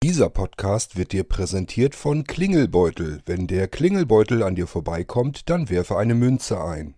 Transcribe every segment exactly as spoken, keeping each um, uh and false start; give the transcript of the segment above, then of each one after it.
Dieser Podcast wird dir präsentiert von Klingelbeutel. Wenn der Klingelbeutel an dir vorbeikommt, dann werfe eine Münze ein.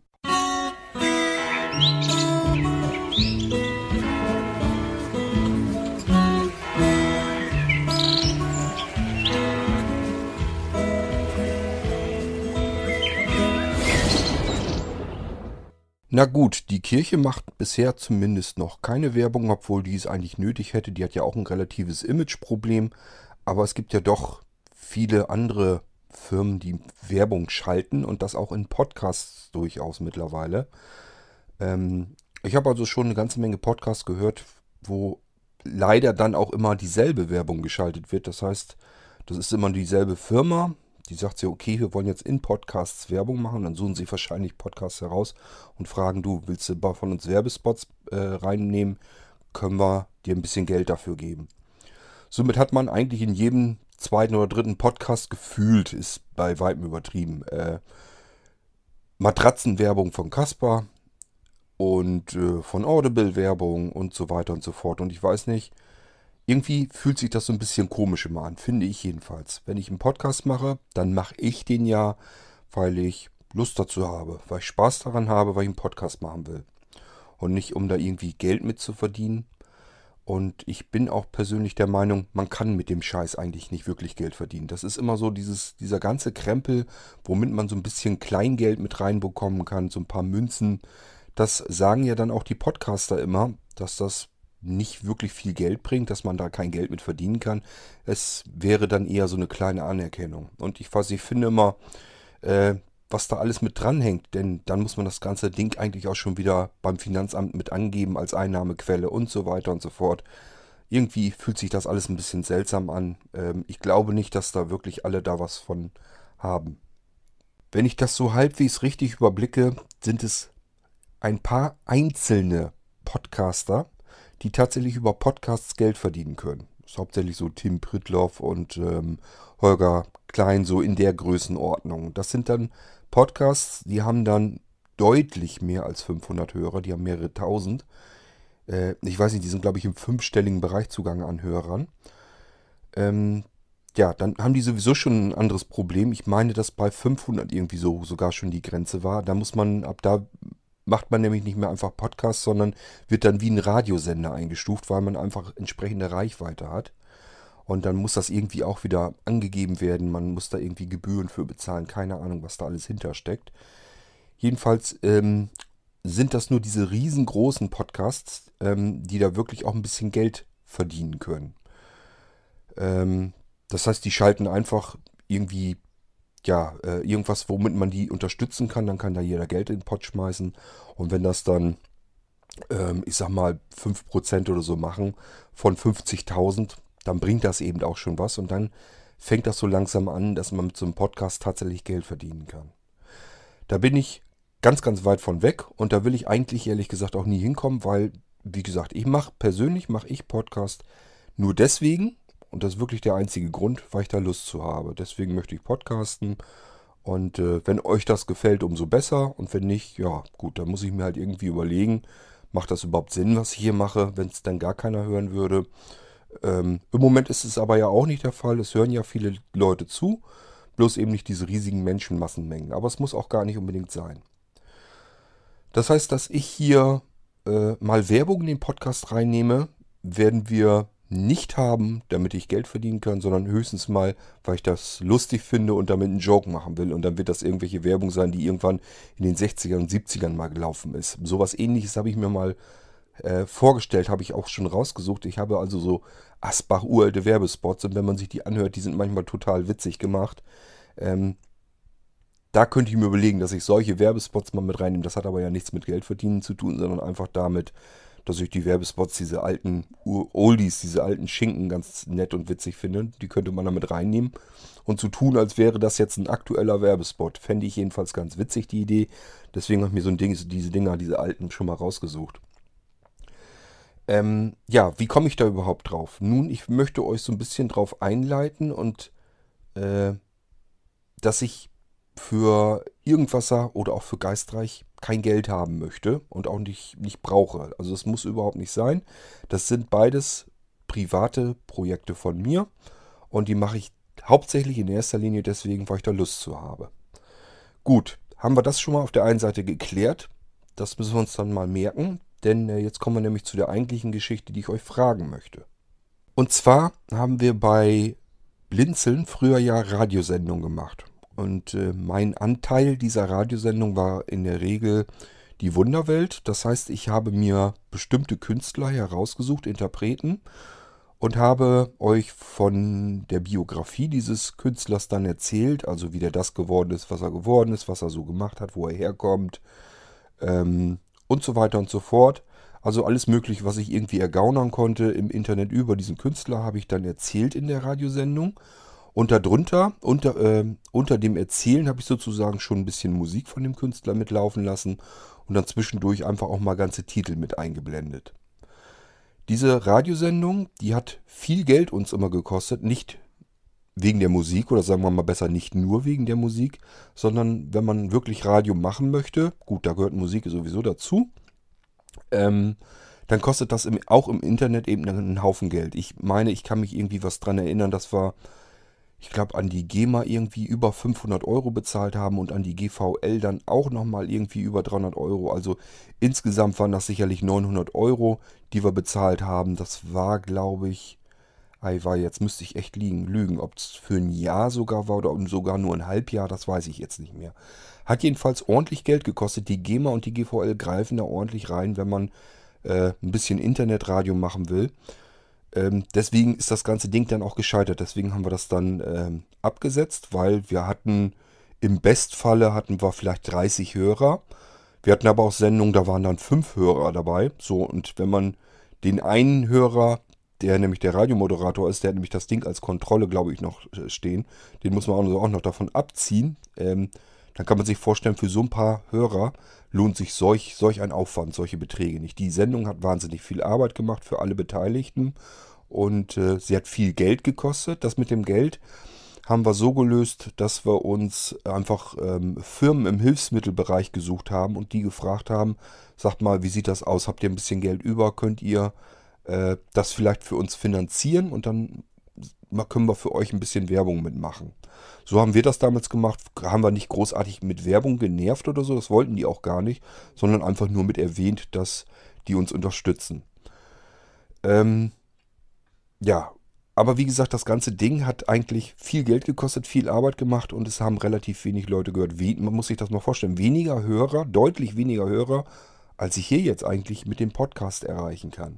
Na gut, die Kirche macht bisher zumindest noch keine Werbung, obwohl die es eigentlich nötig hätte. Die hat ja auch ein relatives Imageproblem. Aber es gibt ja doch viele andere Firmen, die Werbung schalten und das auch in Podcasts durchaus mittlerweile. Ähm, ich habe also schon eine ganze Menge Podcasts gehört, wo leider dann auch immer dieselbe Werbung geschaltet wird. Das heißt, das ist immer dieselbe Firma. Die sagt sie, okay, wir wollen jetzt in Podcasts Werbung machen. Dann suchen sie wahrscheinlich Podcasts heraus und fragen, du, willst du ein paar von uns Werbespots äh, reinnehmen? Können wir dir ein bisschen Geld dafür geben. Somit hat man eigentlich in jedem zweiten oder dritten Podcast gefühlt, ist bei weitem übertrieben, äh, Matratzenwerbung von Casper und äh, von Audible Werbung und so weiter und so fort. Und ich weiß nicht, irgendwie fühlt sich das so ein bisschen komisch immer an, finde ich jedenfalls. Wenn ich einen Podcast mache, dann mache ich den ja, weil ich Lust dazu habe, weil ich Spaß daran habe, weil ich einen Podcast machen will. Und nicht, um da irgendwie Geld mit zu verdienen. Und ich bin auch persönlich der Meinung, man kann mit dem Scheiß eigentlich nicht wirklich Geld verdienen. Das ist immer so dieses, dieser ganze Krempel, womit man so ein bisschen Kleingeld mit reinbekommen kann, so ein paar Münzen. Das sagen ja dann auch die Podcaster immer, dass das nicht wirklich viel Geld bringt, dass man da kein Geld mit verdienen kann. Es wäre dann eher so eine kleine Anerkennung. Und ich weiß, ich finde immer, äh, was da alles mit dranhängt, denn dann muss man das ganze Ding eigentlich auch schon wieder beim Finanzamt mit angeben als Einnahmequelle und so weiter und so fort. Irgendwie fühlt sich das alles ein bisschen seltsam an. Ähm, ich glaube nicht, dass da wirklich alle da was von haben. Wenn ich das so halbwegs richtig überblicke, sind es ein paar einzelne Podcaster, die tatsächlich über Podcasts Geld verdienen können. Das ist hauptsächlich so Tim Pritlove und ähm, Holger Klein, so in der Größenordnung. Das sind dann Podcasts, die haben dann deutlich mehr als fünfhundert Hörer, die haben mehrere tausend. Äh, ich weiß nicht, die sind, glaube ich, im fünfstelligen Bereich Zugang an Hörern. Ähm, ja, dann haben die sowieso schon ein anderes Problem. Ich meine, dass bei fünfhundert irgendwie so sogar schon die Grenze war. Da muss man, ab da macht man nämlich nicht mehr einfach Podcasts, sondern wird dann wie ein Radiosender eingestuft, weil man einfach entsprechende Reichweite hat. Und dann muss das irgendwie auch wieder angegeben werden. Man muss da irgendwie Gebühren für bezahlen. Keine Ahnung, was da alles hintersteckt. Jedenfalls ähm, sind das nur diese riesengroßen Podcasts, ähm, die da wirklich auch ein bisschen Geld verdienen können. Ähm, das heißt, die schalten einfach irgendwie ja, äh, irgendwas, womit man die unterstützen kann, dann kann da jeder Geld in den Pott schmeißen. Und wenn das dann, ähm, ich sag mal, fünf Prozent oder so machen von fünfzigtausend, dann bringt das eben auch schon was. Und dann fängt das so langsam an, dass man mit so einem Podcast tatsächlich Geld verdienen kann. Da bin ich ganz, ganz weit von weg und da will ich eigentlich ehrlich gesagt auch nie hinkommen, weil, wie gesagt, ich mache, persönlich mache ich Podcast nur deswegen. Und das ist wirklich der einzige Grund, weil ich da Lust zu habe. Deswegen möchte ich podcasten. Und äh, wenn euch das gefällt, umso besser. Und wenn nicht, ja gut, dann muss ich mir halt irgendwie überlegen, macht das überhaupt Sinn, was ich hier mache, wenn es dann gar keiner hören würde. Ähm, im Moment ist es aber ja auch nicht der Fall. Es hören ja viele Leute zu. Bloß eben nicht diese riesigen Menschenmassenmengen. Aber es muss auch gar nicht unbedingt sein. Das heißt, dass ich hier äh, mal Werbung in den Podcast reinnehme, werden wir nicht haben, damit ich Geld verdienen kann, sondern höchstens mal, weil ich das lustig finde und damit einen Joke machen will. Und dann wird das irgendwelche Werbung sein, die irgendwann in den sechzigern und siebzigern mal gelaufen ist. Sowas Ähnliches habe ich mir mal äh, vorgestellt, habe ich auch schon rausgesucht. Ich habe also so Asbach uralte Werbespots und wenn man sich die anhört, die sind manchmal total witzig gemacht. Ähm, da könnte ich mir überlegen, dass ich solche Werbespots mal mit reinnehme. Das hat aber ja nichts mit Geld verdienen zu tun, sondern einfach damit, dass ich die Werbespots, diese alten Oldies, diese alten Schinken ganz nett und witzig finde. Die könnte man damit reinnehmen und so tun, als wäre das jetzt ein aktueller Werbespot. Fände ich jedenfalls ganz witzig, die Idee. Deswegen habe ich mir so ein Ding, diese Dinger, diese alten schon mal rausgesucht. Ähm, ja, wie komme ich da überhaupt drauf? Nun, ich möchte euch so ein bisschen drauf einleiten und äh, dass ich für Irgendwasser oder auch für Geistreich kein Geld haben möchte und auch nicht, nicht brauche. Also es muss überhaupt nicht sein. Das sind beides private Projekte von mir Und die mache ich hauptsächlich in erster Linie deswegen, weil ich da Lust zu habe. Gut, haben wir das schon mal auf der einen Seite geklärt. Das müssen wir uns dann mal merken, denn äh, jetzt kommen wir nämlich zu der eigentlichen Geschichte, die ich euch fragen möchte. Und zwar haben wir bei Blinzeln früher ja Radiosendungen gemacht. Und äh, mein Anteil dieser Radiosendung war in der Regel die Wunderwelt. Das heißt, ich habe mir bestimmte Künstler herausgesucht, Interpreten, und habe euch von der Biografie dieses Künstlers dann erzählt, also wie der das geworden ist, was er geworden ist, was er so gemacht hat, wo er herkommt, ähm, und so weiter und so fort. Also alles Mögliche, was ich irgendwie ergaunern konnte im Internet über diesen Künstler, habe ich dann erzählt in der Radiosendung. Und darunter, unter, äh, unter dem Erzählen, habe ich sozusagen schon ein bisschen Musik von dem Künstler mitlaufen lassen und dann zwischendurch einfach auch mal ganze Titel mit eingeblendet. Diese Radiosendung, die hat viel Geld uns immer gekostet, nicht wegen der Musik oder sagen wir mal besser nicht nur wegen der Musik, sondern wenn man wirklich Radio machen möchte, gut, da gehört Musik sowieso dazu, ähm, dann kostet das im, auch im Internet eben einen Haufen Geld. Ich meine, ich kann mich irgendwie was dran erinnern, dass wir, ich glaube, an die GEMA irgendwie über fünfhundert Euro bezahlt haben und an die G V L dann auch nochmal irgendwie über dreihundert Euro. Also insgesamt waren das sicherlich neunhundert Euro, die wir bezahlt haben. Das war, glaube ich, ei, war jetzt müsste ich echt liegen, lügen, ob es für ein Jahr sogar war oder sogar nur ein Halbjahr, das weiß ich jetzt nicht mehr. Hat jedenfalls ordentlich Geld gekostet. Die GEMA und die G V L greifen da ordentlich rein, wenn man äh, ein bisschen Internetradio machen will. Ähm, deswegen ist das ganze Ding dann auch gescheitert. Deswegen haben wir das dann ähm, abgesetzt, weil wir hatten, im Bestfalle hatten wir vielleicht dreißig Hörer. Wir hatten aber auch Sendungen, da waren dann fünf Hörer dabei. So, und wenn man den einen Hörer, der nämlich der Radiomoderator ist, der hat nämlich das Ding als Kontrolle, glaube ich, noch äh, stehen, den muss man auch noch, auch noch davon abziehen. Ähm, dann kann man sich vorstellen, für so ein paar Hörer lohnt sich solch, solch ein Aufwand, solche Beträge nicht. Die Sendung hat wahnsinnig viel Arbeit gemacht für alle Beteiligten und äh, sie hat viel Geld gekostet. Das mit dem Geld haben wir so gelöst, dass wir uns einfach ähm, Firmen im Hilfsmittelbereich gesucht haben und die gefragt haben, sagt mal, wie sieht das aus? Habt ihr ein bisschen Geld über? Könnt ihr äh, das vielleicht für uns finanzieren? Und dann können wir für euch ein bisschen Werbung mitmachen. So haben wir das damals gemacht, haben wir nicht großartig mit Werbung genervt oder so, das wollten die auch gar nicht, sondern einfach nur mit erwähnt, dass die uns unterstützen. Ähm, ja, aber wie gesagt, das ganze Ding hat eigentlich viel Geld gekostet, viel Arbeit gemacht und es haben relativ wenig Leute gehört. We Man muss sich das mal vorstellen, weniger Hörer, deutlich weniger Hörer, als ich hier jetzt eigentlich mit dem Podcast erreichen kann.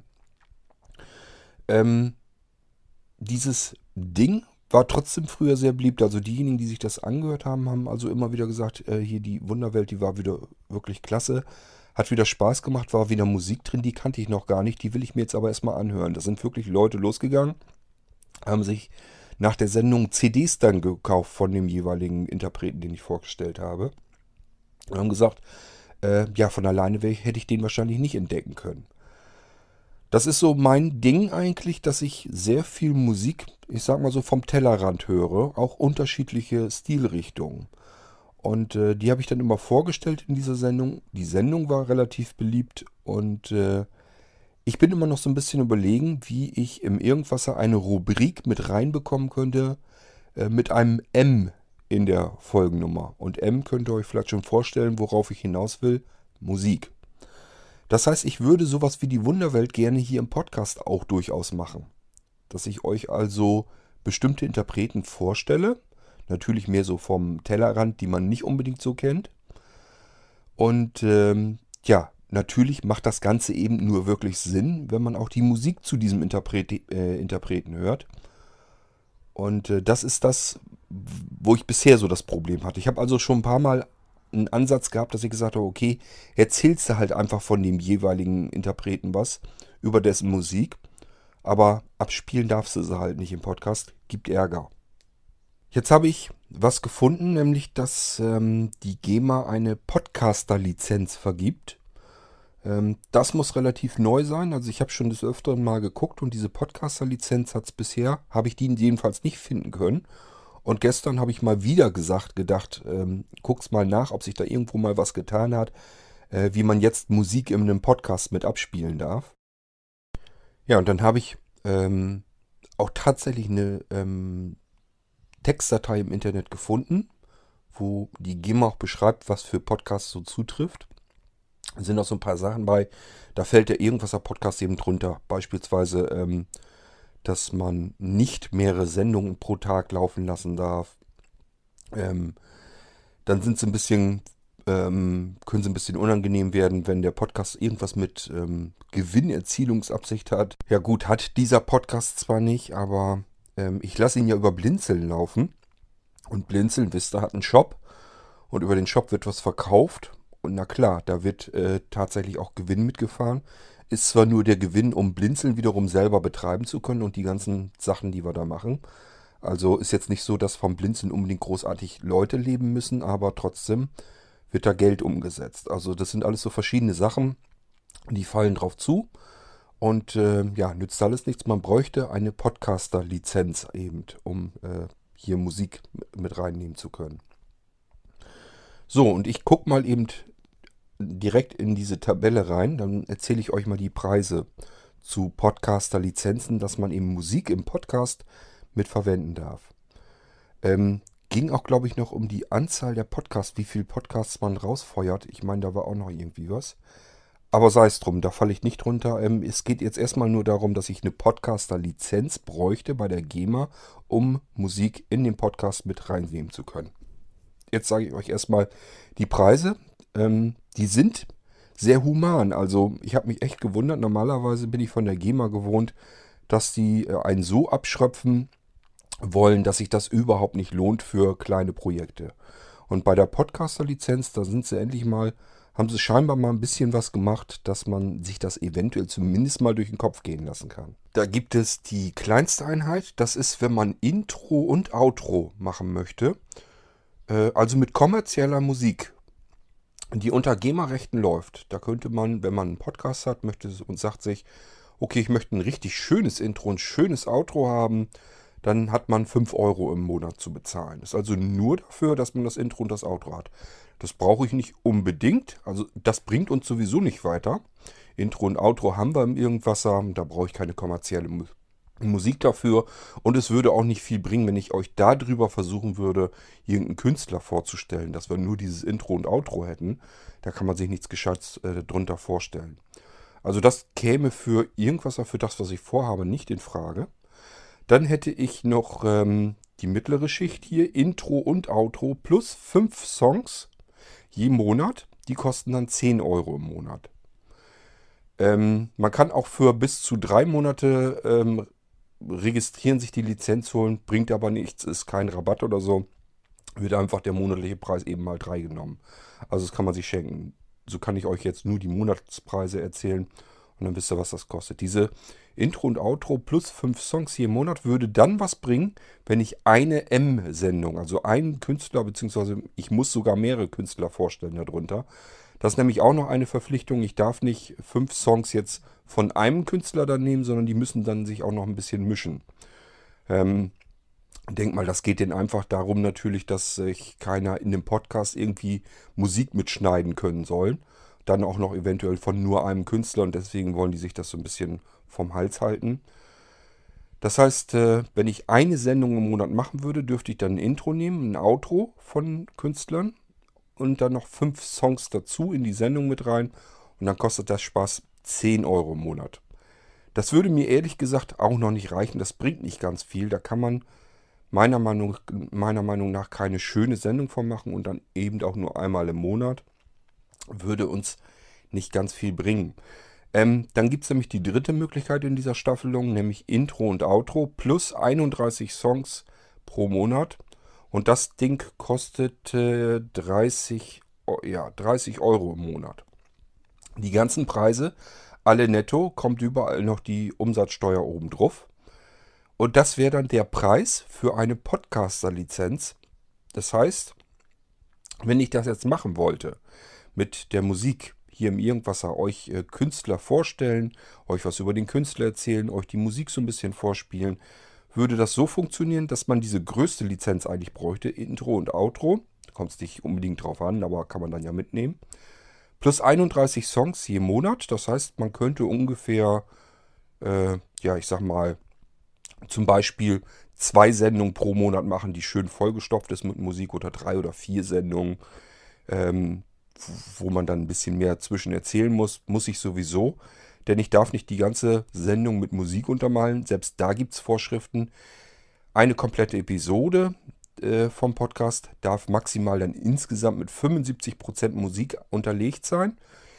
Ähm, dieses Ding war trotzdem früher sehr beliebt. Also diejenigen, die sich das angehört haben, haben also immer wieder gesagt, äh, hier die Wunderwelt, die war wieder wirklich klasse. Hat wieder Spaß gemacht, war wieder Musik drin, die kannte ich noch gar nicht. Die will ich mir jetzt aber erstmal anhören. Da sind wirklich Leute losgegangen, haben sich nach der Sendung C Ds dann gekauft von dem jeweiligen Interpreten, den ich vorgestellt habe. Und haben gesagt, äh, ja, von alleine hätte ich den wahrscheinlich nicht entdecken können. Das ist so mein Ding eigentlich, dass ich sehr viel Musik, ich sag mal so vom Tellerrand höre, auch unterschiedliche Stilrichtungen. Und äh, die habe ich dann immer vorgestellt in dieser Sendung. Die Sendung war relativ beliebt und äh, ich bin immer noch so ein bisschen überlegen, wie ich im Irgendwasser eine Rubrik mit reinbekommen könnte äh, mit einem M in der Folgennummer. Und M könnt ihr euch vielleicht schon vorstellen, worauf ich hinaus will. Musik. Das heißt, ich würde sowas wie die Wunderwelt gerne hier im Podcast auch durchaus machen. Dass ich euch also bestimmte Interpreten vorstelle. Natürlich mehr so vom Tellerrand, die man nicht unbedingt so kennt. Und ähm, ja, natürlich macht das Ganze eben nur wirklich Sinn, wenn man auch die Musik zu diesem Interpret äh, Interpreten hört. Und äh, das ist das, wo ich bisher so das Problem hatte. Ich habe also schon ein paar Mal einen Ansatz gehabt, dass ich gesagt habe, okay, erzählst du halt einfach von dem jeweiligen Interpreten was über dessen Musik, aber abspielen darfst du sie halt nicht im Podcast, gibt Ärger. Jetzt habe ich was gefunden, nämlich dass ähm, die GEMA eine Podcaster-Lizenz vergibt. Ähm, das muss relativ neu sein, also ich habe schon des Öfteren mal geguckt und diese Podcaster-Lizenz hat es bisher, habe ich die jedenfalls nicht finden können. Und gestern habe ich mal wieder gesagt, gedacht, ähm, guck's mal nach, ob sich da irgendwo mal was getan hat, äh, wie man jetzt Musik in einem Podcast mit abspielen darf. Ja, und dann habe ich ähm, auch tatsächlich eine ähm, Textdatei im Internet gefunden, wo die GEMA auch beschreibt, was für Podcasts so zutrifft. Da sind auch so ein paar Sachen bei, da fällt der Irgendwasser-Podcast eben drunter. Beispielsweise, ähm, dass man nicht mehrere Sendungen pro Tag laufen lassen darf. Ähm, dann sind sie ein bisschen, ähm, können sie ein bisschen unangenehm werden, wenn der Podcast irgendwas mit ähm, Gewinnerzielungsabsicht hat. Ja gut, hat dieser Podcast zwar nicht, aber ähm, ich lasse ihn ja über Blinzeln laufen. Und Blinzeln, wisst ihr, hat einen Shop. Und über den Shop wird was verkauft. Und na klar, da wird äh, tatsächlich auch Gewinn mitgefahren. Ist zwar nur der Gewinn, um Blinzeln wiederum selber betreiben zu können und die ganzen Sachen, die wir da machen. Also ist jetzt nicht so, dass vom Blinzeln unbedingt großartig Leute leben müssen, aber trotzdem wird da Geld umgesetzt. Also das sind alles so verschiedene Sachen, die fallen drauf zu. Und äh, ja, nützt alles nichts. Man bräuchte eine Podcaster-Lizenz eben, um äh, hier Musik mit reinnehmen zu können. So, und ich gucke mal eben direkt in diese Tabelle rein. Dann erzähle ich euch mal die Preise zu Podcaster-Lizenzen, dass man eben Musik im Podcast mit verwenden darf. Ähm, ging auch, glaube ich, noch um die Anzahl der Podcasts, wie viele Podcasts man rausfeuert. Ich meine, da war auch noch irgendwie was. Aber sei es drum, da falle ich nicht drunter. Ähm, es geht jetzt erstmal nur darum, dass ich eine Podcaster-Lizenz bräuchte bei der GEMA, um Musik in den Podcast mit reinnehmen zu können. Jetzt sage ich euch erstmal die Preise. Ähm, die sind sehr human. Also ich habe mich echt gewundert. Normalerweise bin ich von der GEMA gewohnt, dass die äh, einen so abschröpfen wollen, dass sich das überhaupt nicht lohnt für kleine Projekte. Und bei der Podcaster-Lizenz, da sind sie endlich mal, haben sie scheinbar mal ein bisschen was gemacht, dass man sich das eventuell zumindest mal durch den Kopf gehen lassen kann. Da gibt es die kleinste Einheit, das ist, wenn man Intro und Outro machen möchte, äh, also mit kommerzieller Musik, die unter GEMA-Rechten läuft. Da könnte man, wenn man einen Podcast hat, möchte und sagt sich, okay, ich möchte ein richtig schönes Intro, ein schönes Outro haben, dann hat man fünf Euro im Monat zu bezahlen. Das ist also nur dafür, dass man das Intro und das Outro hat. Das brauche ich nicht unbedingt. Also das bringt uns sowieso nicht weiter. Intro und Outro haben wir im Irgendwasser. Da brauche ich keine kommerzielle Mu- Musik dafür. Und es würde auch nicht viel bringen, wenn ich euch darüber versuchen würde, irgendeinen Künstler vorzustellen, dass wir nur dieses Intro und Outro hätten. Da kann man sich nichts Gescheites äh, drunter vorstellen. Also das käme für Irgendwasser, für das, was ich vorhabe, nicht in Frage. Dann hätte ich noch ähm, die mittlere Schicht hier, Intro und Outro, plus fünf Songs je Monat. Die kosten dann zehn Euro im Monat. Ähm, man kann auch für bis zu drei Monate ähm, registrieren, sich die Lizenz holen, bringt aber nichts, ist kein Rabatt oder so. Wird einfach der monatliche Preis eben mal drei genommen. Also das kann man sich schenken. So kann ich euch jetzt nur die Monatspreise erzählen und dann wisst ihr, was das kostet. Diese Intro und Outro plus fünf Songs hier im Monat würde dann was bringen, wenn ich eine M-Sendung, also einen Künstler, beziehungsweise ich muss sogar mehrere Künstler vorstellen darunter. Das ist nämlich auch noch eine Verpflichtung. Ich darf nicht fünf Songs jetzt von einem Künstler dann nehmen, sondern die müssen dann sich auch noch ein bisschen mischen. Ähm, denk mal, das geht denen einfach darum natürlich, dass sich keiner in dem Podcast irgendwie Musik mitschneiden können soll. Dann auch noch eventuell von nur einem Künstler und deswegen wollen die sich das so ein bisschen vom Hals halten. Das heißt, äh, wenn ich eine Sendung im Monat machen würde, dürfte ich dann ein Intro nehmen, ein Outro von Künstlern und dann noch fünf Songs dazu in die Sendung mit rein und dann kostet das Spaß zehn Euro im Monat. Das würde mir ehrlich gesagt auch noch nicht reichen, das bringt nicht ganz viel. Da kann man meiner Meinung, meiner Meinung nach keine schöne Sendung von machen und dann eben auch nur einmal im Monat. Würde uns nicht ganz viel bringen. Ähm, dann gibt es nämlich die dritte Möglichkeit in dieser Staffelung, nämlich Intro und Outro plus einunddreißig Songs pro Monat. Und das Ding kostet äh, dreißig, ja, dreißig Euro im Monat. Die ganzen Preise, alle netto, kommt überall noch die Umsatzsteuer oben drauf. Und das wäre dann der Preis für eine Podcaster-Lizenz. Das heißt, wenn ich das jetzt machen wollte, mit der Musik hier im Irgendwasser, euch äh, Künstler vorstellen, euch was über den Künstler erzählen, euch die Musik so ein bisschen vorspielen, würde das so funktionieren, dass man diese größte Lizenz eigentlich bräuchte, Intro und Outro. Kommt es nicht unbedingt drauf an, aber kann man dann ja mitnehmen. Plus einunddreißig Songs je Monat, das heißt, man könnte ungefähr, äh, ja, ich sag mal, zum Beispiel zwei Sendungen pro Monat machen, die schön vollgestopft ist mit Musik oder drei oder vier Sendungen, ähm, wo man dann ein bisschen mehr zwischen erzählen muss, muss ich sowieso. Denn ich darf nicht die ganze Sendung mit Musik untermalen. Selbst da gibt es Vorschriften. Eine komplette Episode äh, vom Podcast darf maximal dann insgesamt mit fünfundsiebzig Prozent Musik unterlegt sein.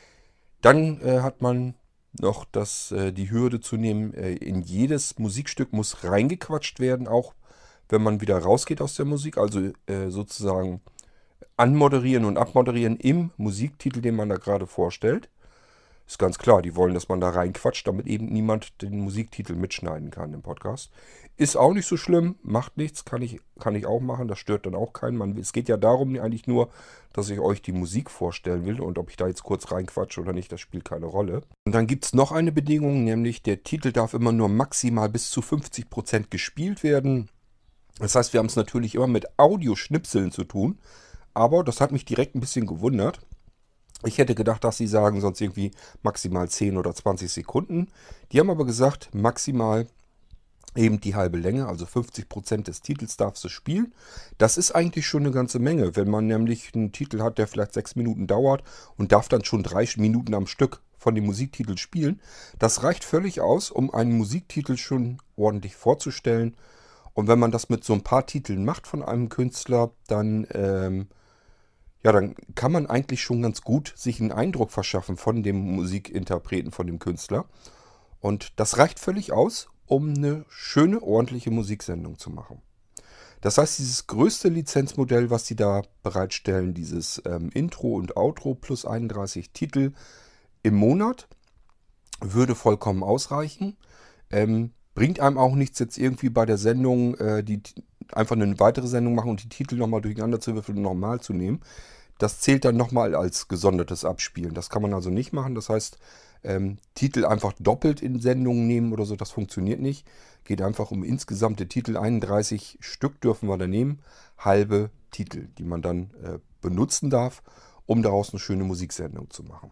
Dann äh, hat man noch das, äh, die Hürde zu nehmen, äh, in jedes Musikstück muss reingequatscht werden, auch wenn man wieder rausgeht aus der Musik. Also äh, sozusagen anmoderieren und abmoderieren im Musiktitel, den man da gerade vorstellt. Ist ganz klar, die wollen, dass man da reinquatscht, damit eben niemand den Musiktitel mitschneiden kann im Podcast. Ist auch nicht so schlimm, macht nichts, kann ich, kann ich auch machen, das stört dann auch keinen. Man, es geht ja darum eigentlich nur, dass ich euch die Musik vorstellen will und ob ich da jetzt kurz reinquatsche oder nicht, das spielt keine Rolle. Und dann gibt es noch eine Bedingung, nämlich der Titel darf immer nur maximal bis zu fünfzig Prozent gespielt werden. Das heißt, wir haben es natürlich immer mit Audioschnipseln zu tun, aber das hat mich direkt ein bisschen gewundert. Ich hätte gedacht, dass sie sagen sonst irgendwie maximal zehn oder zwanzig Sekunden. Die haben aber gesagt, maximal eben die halbe Länge, also fünfzig Prozent des Titels darfst du spielen. Das ist eigentlich schon eine ganze Menge, wenn man nämlich einen Titel hat, der vielleicht sechs Minuten dauert und darf dann schon drei Minuten am Stück von dem Musiktitel spielen. Das reicht völlig aus, um einen Musiktitel schon ordentlich vorzustellen. Und wenn man das mit so ein paar Titeln macht von einem Künstler, dann... Ähm, Ja, dann kann man eigentlich schon ganz gut sich einen Eindruck verschaffen von dem Musikinterpreten, von dem Künstler. Und das reicht völlig aus, um eine schöne, ordentliche Musiksendung zu machen. Das heißt, dieses größte Lizenzmodell, was sie da bereitstellen, dieses ähm, Intro und Outro plus einunddreißig Titel im Monat, würde vollkommen ausreichen. Ähm, bringt einem auch nichts, jetzt irgendwie bei der Sendung äh, die einfach eine weitere Sendung machen und die Titel nochmal durcheinander zu würfeln und nochmal zu nehmen. Das zählt dann nochmal als gesondertes Abspielen. Das kann man also nicht machen. Das heißt, ähm, Titel einfach doppelt in Sendungen nehmen oder so, das funktioniert nicht. Geht einfach um insgesamte Titel. einunddreißig Stück dürfen wir da nehmen. Halbe Titel, die man dann äh, benutzen darf, um daraus eine schöne Musiksendung zu machen.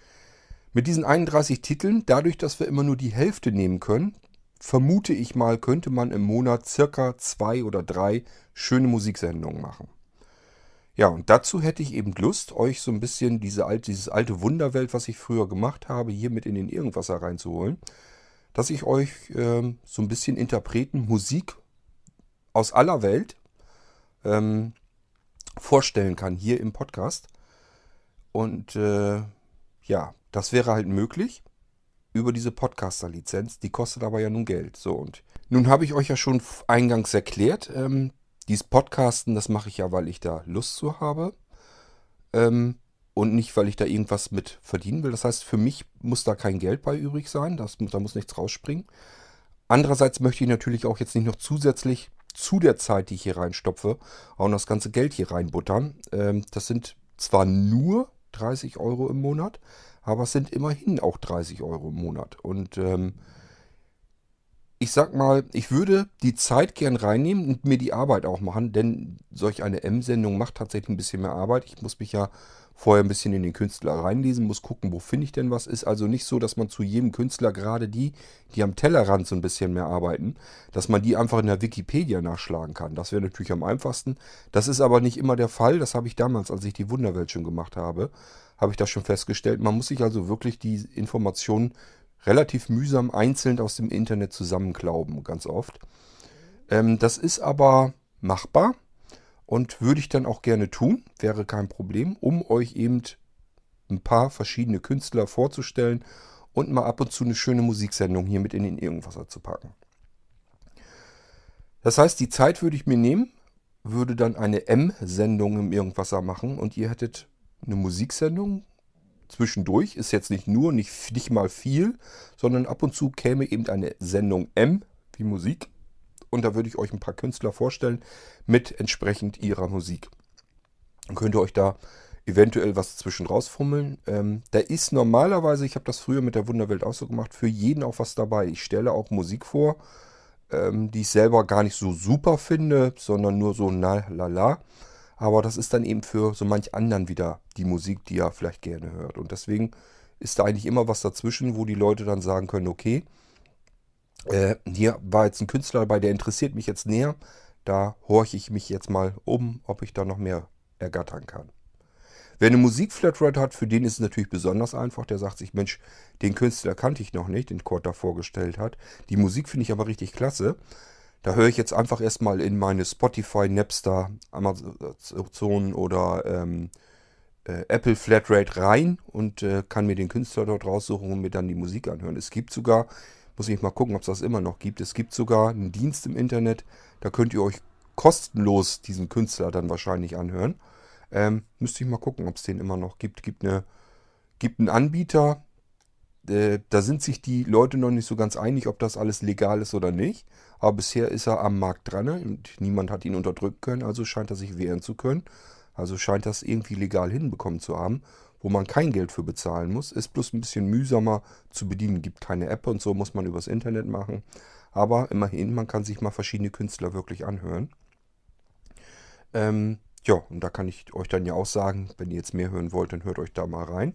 Mit diesen einunddreißig Titeln, dadurch, dass wir immer nur die Hälfte nehmen können, vermute ich mal, könnte man im Monat circa zwei oder drei schöne Musiksendungen machen. Ja, und dazu hätte ich eben Lust, euch so ein bisschen diese alte, dieses alte Wunderwelt, was ich früher gemacht habe, hier mit in den Irgendwasser reinzuholen. Dass ich euch ähm, so ein bisschen Interpreten, Musik aus aller Welt ähm, vorstellen kann hier im Podcast. Und äh, ja, das wäre halt möglich über diese Podcaster-Lizenz. Die kostet aber ja nun Geld. So, und nun habe ich euch ja schon eingangs erklärt, ähm, dieses Podcasten, das mache ich ja, weil ich da Lust zu habe. Ähm, und nicht, weil ich da irgendwas mit verdienen will. Das heißt, für mich muss da kein Geld bei übrig sein. Das, da muss nichts rausspringen. Andererseits möchte ich natürlich auch jetzt nicht noch zusätzlich zu der Zeit, die ich hier reinstopfe, auch noch das ganze Geld hier reinbuttern. Ähm, das sind zwar nur dreißig Euro im Monat, aber es sind immerhin auch dreißig Euro im Monat. Und ähm, ich sag mal, ich würde die Zeit gern reinnehmen und mir die Arbeit auch machen, denn solch eine M-Sendung macht tatsächlich ein bisschen mehr Arbeit. Ich muss mich ja vorher ein bisschen in den Künstler reinlesen, muss gucken, wo finde ich denn was. Ist also nicht so, dass man zu jedem Künstler, gerade die, die am Tellerrand so ein bisschen mehr arbeiten, dass man die einfach in der Wikipedia nachschlagen kann. Das wäre natürlich am einfachsten. Das ist aber nicht immer der Fall. Das habe ich damals, als ich die Wunderwelt schon gemacht habe, habe ich das schon festgestellt. Man muss sich also wirklich die Informationen relativ mühsam einzeln aus dem Internet zusammenklauben, ganz oft. Ähm, das ist aber machbar und würde ich dann auch gerne tun, wäre kein Problem, um euch eben ein paar verschiedene Künstler vorzustellen und mal ab und zu eine schöne Musiksendung hier mit in den Irgendwasser zu packen. Das heißt, die Zeit würde ich mir nehmen, würde dann eine M-Sendung im Irgendwasser machen und ihr hättet eine Musiksendung. Zwischendurch ist jetzt nicht nur, nicht, nicht mal viel, sondern ab und zu käme eben eine Sendung M wie Musik. Und da würde ich euch ein paar Künstler vorstellen mit entsprechend ihrer Musik. Dann könnt ihr euch da eventuell was zwischen rausfummeln. Ähm, da ist normalerweise, ich habe das früher mit der Wunderwelt auch so gemacht, für jeden auch was dabei. Ich stelle auch Musik vor, ähm, die ich selber gar nicht so super finde, sondern nur so na la la. Aber das ist dann eben für so manch anderen wieder die Musik, die er vielleicht gerne hört. Und deswegen ist da eigentlich immer was dazwischen, wo die Leute dann sagen können, okay, Äh, hier war jetzt ein Künstler dabei, der interessiert mich jetzt näher. Da horche ich mich jetzt mal um, ob ich da noch mehr ergattern kann. Wer eine Musik-Flatrate hat, für den ist es natürlich besonders einfach. Der sagt sich, Mensch, den Künstler kannte ich noch nicht, den Kurt da vorgestellt hat. Die Musik finde ich aber richtig klasse. Da höre ich jetzt einfach erstmal in meine Spotify, Napster, Amazon oder ähm, äh, Apple Flatrate rein und äh, kann mir den Künstler dort raussuchen und mir dann die Musik anhören. Es gibt sogar, muss ich mal gucken, ob es das immer noch gibt, es gibt sogar einen Dienst im Internet, da könnt ihr euch kostenlos diesen Künstler dann wahrscheinlich anhören. Ähm, müsste ich mal gucken, ob es den immer noch gibt. Gibt eine, gibt einen Anbieter, äh, da sind sich die Leute noch nicht so ganz einig, ob das alles legal ist oder nicht. Aber bisher ist er am Markt dran und niemand hat ihn unterdrücken können, also scheint er sich wehren zu können. Also scheint das irgendwie legal hinbekommen zu haben, wo man kein Geld für bezahlen muss. Ist bloß ein bisschen mühsamer zu bedienen. Gibt keine App und so, muss man übers Internet machen. Aber immerhin, man kann sich mal verschiedene Künstler wirklich anhören. Ähm, ja, und da kann ich euch dann ja auch sagen, wenn ihr jetzt mehr hören wollt, dann hört euch da mal rein.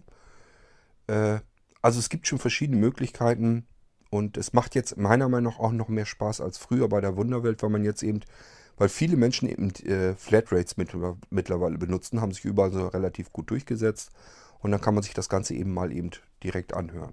Äh, also es gibt schon verschiedene Möglichkeiten und es macht jetzt meiner Meinung nach auch noch mehr Spaß als früher bei der Wunderwelt, weil man jetzt eben, weil viele Menschen eben äh, Flatrates mit, mittlerweile benutzen, haben sich überall so relativ gut durchgesetzt und dann kann man sich das Ganze eben mal eben direkt anhören.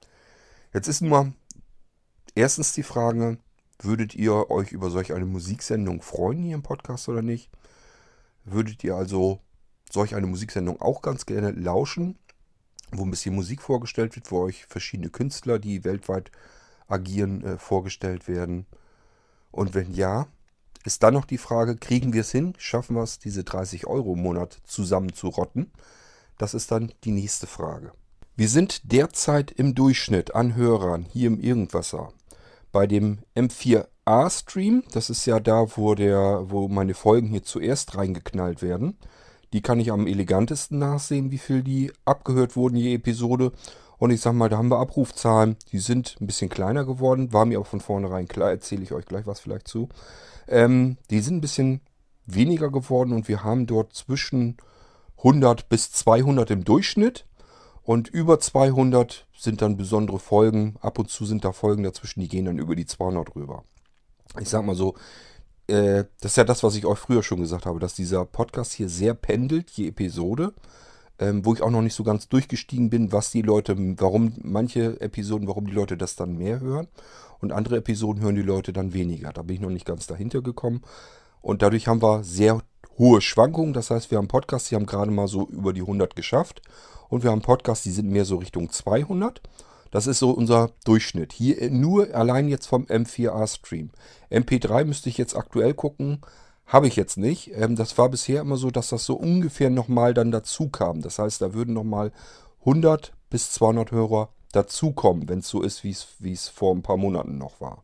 Jetzt ist nur erstens die Frage, würdet ihr euch über solch eine Musiksendung freuen hier im Podcast oder nicht? Würdet ihr also solch eine Musiksendung auch ganz gerne lauschen, wo ein bisschen Musik vorgestellt wird, wo euch verschiedene Künstler, die weltweit agieren, äh, vorgestellt werden? Und wenn ja, ist dann noch die Frage, kriegen wir es hin? Schaffen wir es, diese dreißig Euro im Monat zusammen zu rotten? Das ist dann die nächste Frage. Wir sind derzeit im Durchschnitt an Hörern hier im Irgendwasser bei dem M vier A-Stream. Das ist ja da, wo, der, wo meine Folgen hier zuerst reingeknallt werden. Die kann ich am elegantesten nachsehen, wie viel die abgehört wurden, je Episode. Und ich sag mal, da haben wir Abrufzahlen, die sind ein bisschen kleiner geworden. War mir auch von vornherein klar, erzähle ich euch gleich was vielleicht zu. Ähm, die sind ein bisschen weniger geworden und wir haben dort zwischen hundert bis zweihundert im Durchschnitt. Und über zweihundert sind dann besondere Folgen. Ab und zu sind da Folgen dazwischen, die gehen dann über die zweihundert rüber. Ich sag mal so, äh, das ist ja das, was ich euch früher schon gesagt habe, dass dieser Podcast hier sehr pendelt, je Episode. Ähm, wo ich auch noch nicht so ganz durchgestiegen bin, was die Leute, warum manche Episoden, warum die Leute das dann mehr hören. Und andere Episoden hören die Leute dann weniger. Da bin ich noch nicht ganz dahinter gekommen. Und dadurch haben wir sehr hohe Schwankungen. Das heißt, wir haben Podcasts, die haben gerade mal so über die hundert geschafft. Und wir haben Podcasts, die sind mehr so Richtung zweihundert. Das ist so unser Durchschnitt. Hier nur allein jetzt vom M vier A-Stream. M P drei müsste ich jetzt aktuell gucken. Habe ich jetzt nicht. Ähm, das war bisher immer so, dass das so ungefähr nochmal dann dazu kam. Das heißt, da würden nochmal hundert bis zweihundert Hörer dazukommen, wenn es so ist, wie es wie es vor ein paar Monaten noch war.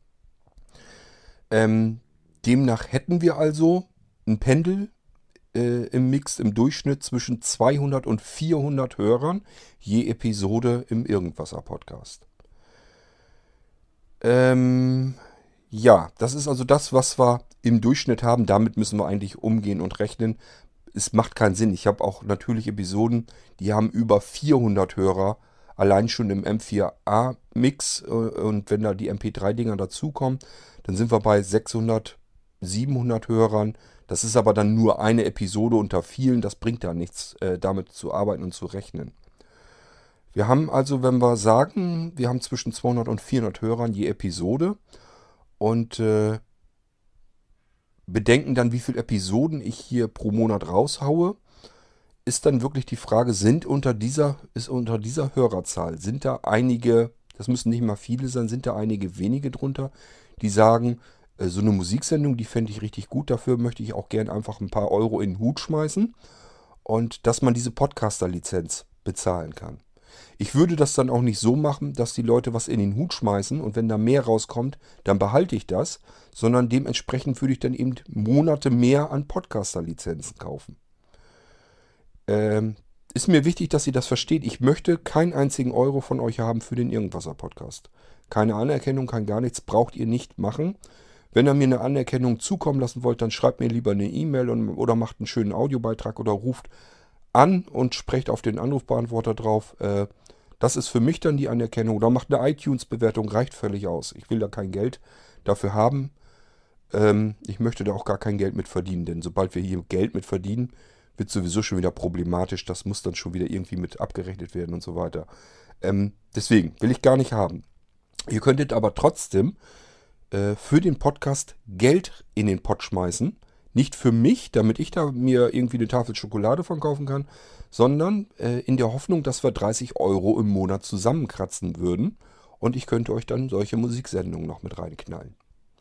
Ähm, demnach hätten wir also ein Pendel äh, im Mix im Durchschnitt zwischen zweihundert und vierhundert Hörern je Episode im Irgendwasser-Podcast. Ähm, ja, das ist also das, was wir im Durchschnitt haben. Damit müssen wir eigentlich umgehen und rechnen. Es macht keinen Sinn. Ich habe auch natürlich Episoden, die haben über vierhundert Hörer, allein schon im M vier A-Mix. Und wenn da die M P drei Dinger dazukommen, dann sind wir bei sechshundert, siebenhundert Hörern. Das ist aber dann nur eine Episode unter vielen. Das bringt da nichts, äh, damit zu arbeiten und zu rechnen. Wir haben also, wenn wir sagen, wir haben zwischen zweihundert und vierhundert Hörern je Episode und äh, bedenken dann, wie viele Episoden ich hier pro Monat raushaue, ist dann wirklich die Frage, sind unter dieser, ist unter dieser Hörerzahl, sind da einige, das müssen nicht mal viele sein, sind da einige wenige drunter, die sagen, äh, so eine Musiksendung, die fände ich richtig gut, dafür möchte ich auch gern einfach ein paar Euro in den Hut schmeißen und dass man diese Podcaster-Lizenz bezahlen kann. Ich würde das dann auch nicht so machen, dass die Leute was in den Hut schmeißen und wenn da mehr rauskommt, dann behalte ich das, sondern dementsprechend würde ich dann eben Monate mehr an Podcaster-Lizenzen kaufen. Ähm, ist mir wichtig, dass ihr das versteht. Ich möchte keinen einzigen Euro von euch haben für den Irgendwasser-Podcast. Keine Anerkennung, kein gar nichts, braucht ihr nicht machen. Wenn ihr mir eine Anerkennung zukommen lassen wollt, dann schreibt mir lieber eine E-Mail und, oder macht einen schönen Audiobeitrag oder ruft an und sprecht auf den Anrufbeantworter drauf. Äh, Das ist für mich dann die Anerkennung. Oder macht eine iTunes-Bewertung, reicht völlig aus. Ich will da kein Geld dafür haben. Ähm, ich möchte da auch gar kein Geld mit verdienen, denn sobald wir hier Geld mit verdienen, wird sowieso schon wieder problematisch. Das muss dann schon wieder irgendwie mit abgerechnet werden und so weiter. Ähm, deswegen will ich gar nicht haben. Ihr könntet aber trotzdem äh, für den Podcast Geld in den Pott schmeißen. Nicht für mich, damit ich da mir irgendwie eine Tafel Schokolade von kaufen kann, sondern äh, in der Hoffnung, dass wir dreißig Euro im Monat zusammenkratzen würden. Und ich könnte euch dann solche Musiksendungen noch mit reinknallen.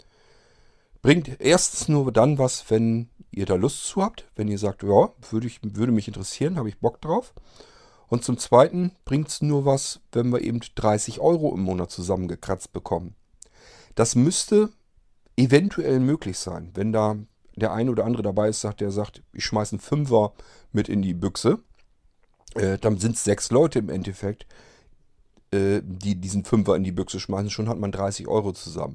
Bringt erstens nur dann was, wenn ihr da Lust zu habt. Wenn ihr sagt, ja, würde, ich, würde mich interessieren, habe ich Bock drauf. Und zum Zweiten bringt es nur was, wenn wir eben dreißig Euro im Monat zusammengekratzt bekommen. Das müsste eventuell möglich sein, wenn da der eine oder andere dabei ist, sagt, der sagt, ich schmeiße einen Fünfer mit in die Büchse. Äh, dann sind es sechs Leute im Endeffekt, äh, die diesen Fünfer in die Büchse schmeißen. Schon hat man dreißig Euro zusammen.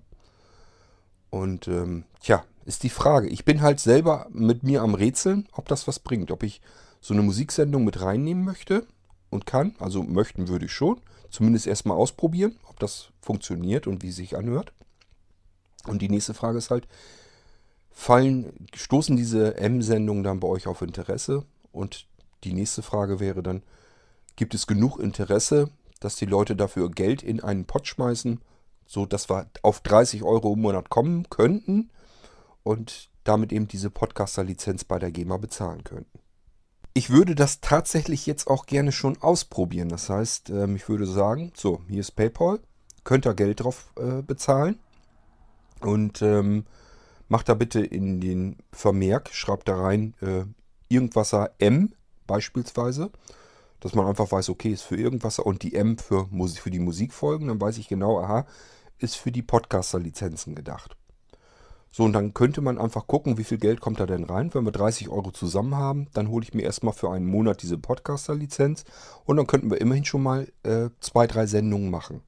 Und ähm, tja, ist die Frage. Ich bin halt selber mit mir am Rätseln, ob das was bringt. Ob ich so eine Musiksendung mit reinnehmen möchte und kann. Also möchten würde ich schon. Zumindest erstmal ausprobieren, ob das funktioniert und wie es sich anhört. Und die nächste Frage ist halt, fallen, stoßen diese M-Sendungen dann bei euch auf Interesse? Und die nächste Frage wäre dann, gibt es genug Interesse, dass die Leute dafür Geld in einen Pott schmeißen, so dass wir auf dreißig Euro im Monat kommen könnten und damit eben diese Podcaster-Lizenz bei der GEMA bezahlen könnten? Ich würde das tatsächlich jetzt auch gerne schon ausprobieren. Das heißt, ähm, ich würde sagen, so, hier ist PayPal, könnt ihr Geld drauf äh, bezahlen und ähm, macht da bitte in den Vermerk, schreibt da rein äh, Irgendwasser M beispielsweise, dass man einfach weiß, okay, ist für Irgendwasser und die M für, Musik, für die Musikfolgen. Dann weiß ich genau, aha, ist für die Podcaster-Lizenzen gedacht. So, und dann könnte man einfach gucken, wie viel Geld kommt da denn rein. Wenn wir dreißig Euro zusammen haben, dann hole ich mir erstmal für einen Monat diese Podcaster-Lizenz und dann könnten wir immerhin schon mal äh, zwei, drei Sendungen machen.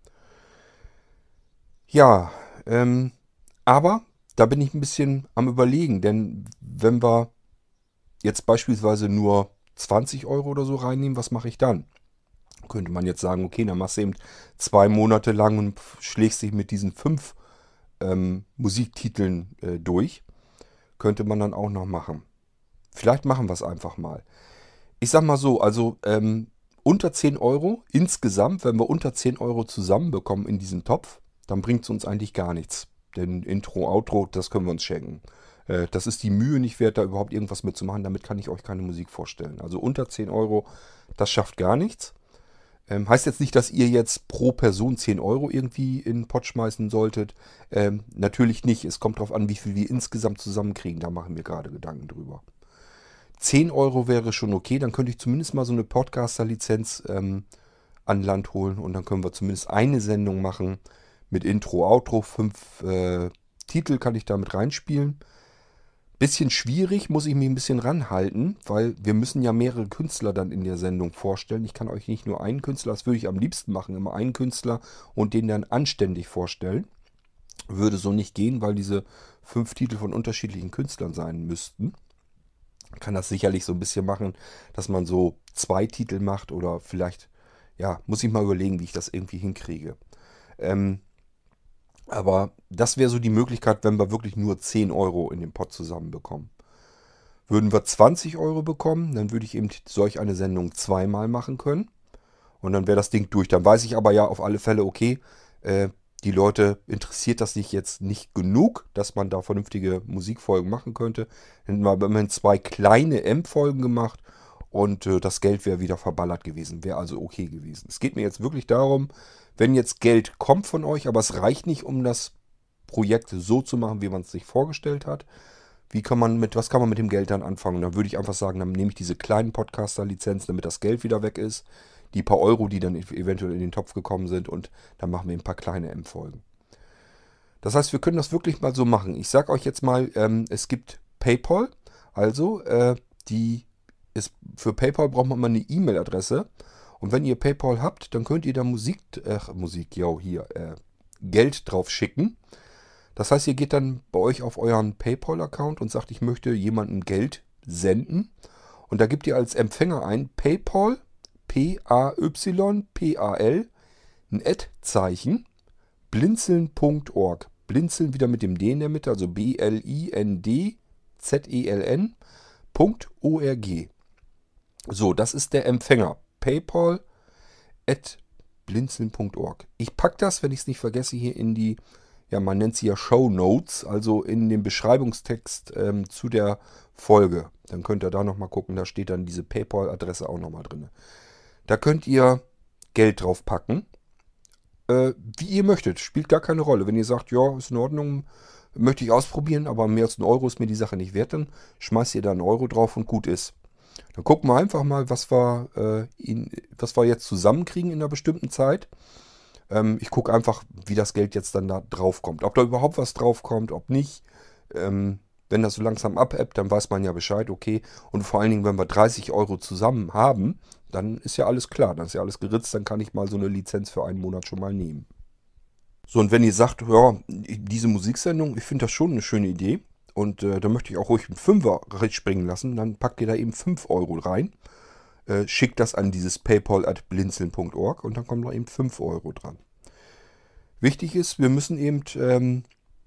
Ja, ähm, aber da bin ich ein bisschen am Überlegen, denn wenn wir jetzt beispielsweise nur zwanzig Euro oder so reinnehmen, was mache ich dann? Könnte man jetzt sagen, okay, dann machst du eben zwei Monate lang und schlägst dich mit diesen fünf ähm, Musiktiteln äh, durch. Könnte man dann auch noch machen. Vielleicht machen wir es einfach mal. Ich sag mal so, also ähm, unter zehn Euro insgesamt, wenn wir unter zehn Euro zusammenbekommen in diesem Topf, dann bringt es uns eigentlich gar nichts. Denn Intro, Outro, das können wir uns schenken. Äh, das ist die Mühe nicht wert, da überhaupt irgendwas mitzumachen. Damit kann ich euch keine Musik vorstellen. Also unter zehn Euro, das schafft gar nichts. Ähm, heißt jetzt nicht, dass ihr jetzt pro Person zehn Euro irgendwie in den Pott schmeißen solltet. Ähm, natürlich nicht. Es kommt darauf an, wie viel wir insgesamt zusammenkriegen. Da machen wir gerade Gedanken drüber. zehn Euro wäre schon okay. Dann könnte ich zumindest mal so eine Podcaster-Lizenz ähm, an Land holen. Und dann können wir zumindest eine Sendung machen mit Intro, Outro. Fünf äh, Titel kann ich damit reinspielen. Bisschen schwierig, muss ich mich ein bisschen ranhalten, weil wir müssen ja mehrere Künstler dann in der Sendung vorstellen. Ich kann euch nicht nur einen Künstler, das würde ich am liebsten machen, immer einen Künstler und den dann anständig vorstellen. Würde so nicht gehen, weil diese fünf Titel von unterschiedlichen Künstlern sein müssten. Kann das sicherlich so ein bisschen machen, dass man so zwei Titel macht oder vielleicht, ja, muss ich mal überlegen, wie ich das irgendwie hinkriege. Ähm, Aber das wäre so die Möglichkeit, wenn wir wirklich nur zehn Euro in den Pott zusammenbekommen. Würden wir zwanzig Euro bekommen, dann würde ich eben solch eine Sendung zweimal machen können. Und dann wäre das Ding durch. Dann weiß ich aber ja auf alle Fälle, okay, äh, die Leute interessiert das nicht jetzt nicht genug, dass man da vernünftige Musikfolgen machen könnte. Dann hätten wir immerhin zwei kleine M-Folgen gemacht und äh, das Geld wäre wieder verballert gewesen. Wäre also okay gewesen. Es geht mir jetzt wirklich darum, wenn jetzt Geld kommt von euch, aber es reicht nicht, um das Projekt so zu machen, wie man es sich vorgestellt hat. Wie kann man mit, was kann man mit dem Geld dann anfangen? Dann würde ich einfach sagen, dann nehme ich diese kleinen Podcaster-Lizenzen, damit das Geld wieder weg ist. Die paar Euro, die dann eventuell in den Topf gekommen sind und dann machen wir ein paar kleine M-Folgen. Das heißt, wir können das wirklich mal so machen. Ich sage euch jetzt mal, ähm, es gibt PayPal. Also, äh, die ist, für PayPal braucht man mal eine E-Mail-Adresse. Und wenn ihr PayPal habt, dann könnt ihr da Musik, äh, Musik, yo, hier, äh, Geld drauf schicken. Das heißt, ihr geht dann bei euch auf euren PayPal-Account und sagt, ich möchte jemandem Geld senden. Und da gebt ihr als Empfänger ein PayPal P A Y P A L, ein Ad-Zeichen, blinzeln Punkt org. Blinzeln wieder mit dem D in der Mitte, also B L I N D Z E L N Punkt O R G. So, das ist der Empfänger. PayPal at blinzeln Punkt org. Ich packe das, wenn ich es nicht vergesse, hier in die, ja, man nennt sie ja Show Notes, also in den Beschreibungstext ähm, zu der Folge. Dann könnt ihr da nochmal gucken, da steht dann diese PayPal-Adresse auch nochmal drin. Da könnt ihr Geld drauf packen, äh, wie ihr möchtet. Spielt gar keine Rolle. Wenn ihr sagt, ja, ist in Ordnung, möchte ich ausprobieren, aber mehr als ein Euro ist mir die Sache nicht wert, dann schmeißt ihr da einen Euro drauf und gut ist. Dann gucken wir einfach mal, was wir, äh, in, was wir jetzt zusammenkriegen in einer bestimmten Zeit. Ähm, ich gucke einfach, wie das Geld jetzt dann da drauf kommt. Ob da überhaupt was drauf kommt, ob nicht. Ähm, wenn das so langsam abebbt, dann weiß man ja Bescheid, okay. Und vor allen Dingen, wenn wir dreißig Euro zusammen haben, dann ist ja alles klar. Dann ist ja alles geritzt, dann kann ich mal so eine Lizenz für einen Monat schon mal nehmen. So, und wenn ihr sagt, ja, diese Musiksendung, ich finde das schon eine schöne Idee. Und äh, da möchte ich auch ruhig einen Fünfer springen lassen. Dann packt ihr da eben fünf Euro rein. Äh, schickt das an dieses PayPal at blinzeln Punkt org und dann kommen da eben fünf Euro dran. Wichtig ist, wir müssen eben ähm,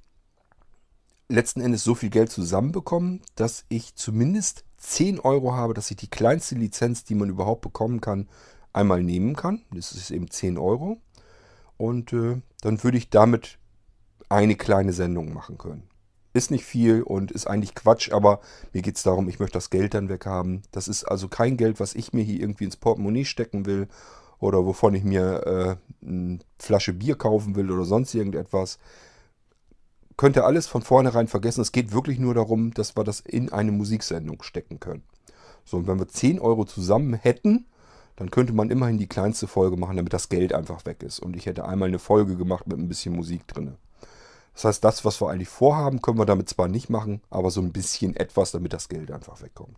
letzten Endes so viel Geld zusammenbekommen, dass ich zumindest zehn Euro habe, dass ich die kleinste Lizenz, die man überhaupt bekommen kann, einmal nehmen kann. Das ist eben zehn Euro. Und äh, dann würde ich damit eine kleine Sendung machen können. Ist nicht viel und ist eigentlich Quatsch, aber mir geht es darum, ich möchte das Geld dann weghaben. Das ist also kein Geld, was ich mir hier irgendwie ins Portemonnaie stecken will oder wovon ich mir äh, eine Flasche Bier kaufen will oder sonst irgendetwas. Könnt ihr alles von vornherein vergessen. Es geht wirklich nur darum, dass wir das in eine Musiksendung stecken können. So, und wenn wir zehn Euro zusammen hätten, dann könnte man immerhin die kleinste Folge machen, damit das Geld einfach weg ist. Und ich hätte einmal eine Folge gemacht mit ein bisschen Musik drin. Das heißt, das, was wir eigentlich vorhaben, können wir damit zwar nicht machen, aber so ein bisschen etwas, damit das Geld einfach wegkommt.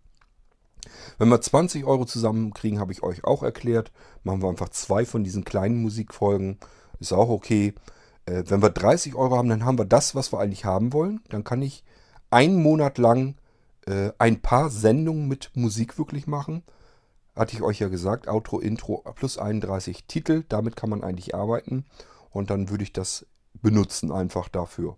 Wenn wir zwanzig Euro zusammenkriegen, habe ich euch auch erklärt, machen wir einfach zwei von diesen kleinen Musikfolgen. Ist auch okay. Äh, wenn wir dreißig Euro haben, dann haben wir das, was wir eigentlich haben wollen. Dann kann ich einen Monat lang äh, ein paar Sendungen mit Musik wirklich machen. Hatte ich euch ja gesagt, Outro, Intro plus einunddreißig Titel. Damit kann man eigentlich arbeiten. Und dann würde ich das benutzen einfach dafür.